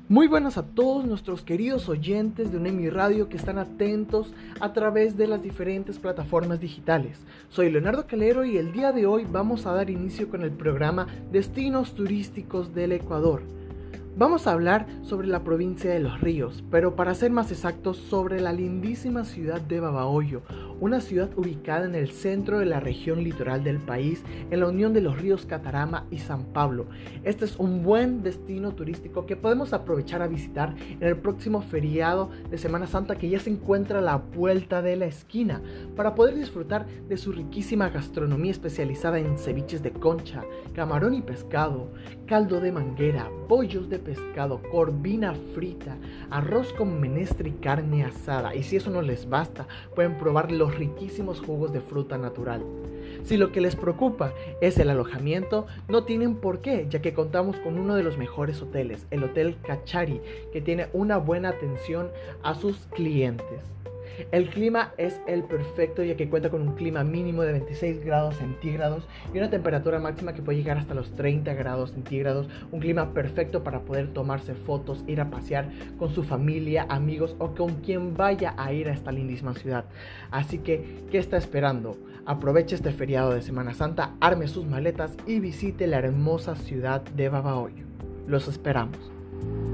Muy buenas a todos nuestros queridos oyentes de UNEMI Radio que están atentos a través de las diferentes plataformas digitales. Soy Leonardo Calero y el día de hoy vamos a dar inicio con el programa Destinos Turísticos del Ecuador. Vamos a hablar sobre la provincia de Los Ríos, pero para ser más exactos sobre la lindísima ciudad de Babahoyo, una ciudad ubicada en el centro de la región litoral del país, en la unión de los ríos Catarama y San Pablo. Este es un buen destino turístico que podemos aprovechar a visitar en el próximo feriado de Semana Santa que ya se encuentra a la vuelta de la esquina, para poder disfrutar de su riquísima gastronomía especializada en ceviches de concha, camarón y pescado, caldo de manguera, bollos de pescado, corvina frita, arroz con menestra y carne asada. Y si eso no les basta, pueden probar los riquísimos jugos de fruta natural. Si lo que les preocupa es el alojamiento, no tienen por qué, ya que contamos con uno de los mejores hoteles, el Hotel Cachari, que tiene una buena atención a sus clientes. El clima es el perfecto, ya que cuenta con un clima mínimo de 26 grados centígrados y una temperatura máxima que puede llegar hasta los 30 grados centígrados. Un clima perfecto para poder tomarse fotos, ir a pasear con su familia, amigos o con quien vaya a ir a esta lindísima ciudad. Así que, ¿qué está esperando? Aproveche este feriado de Semana Santa, arme sus maletas y visite la hermosa ciudad de Babahoyo. Los esperamos.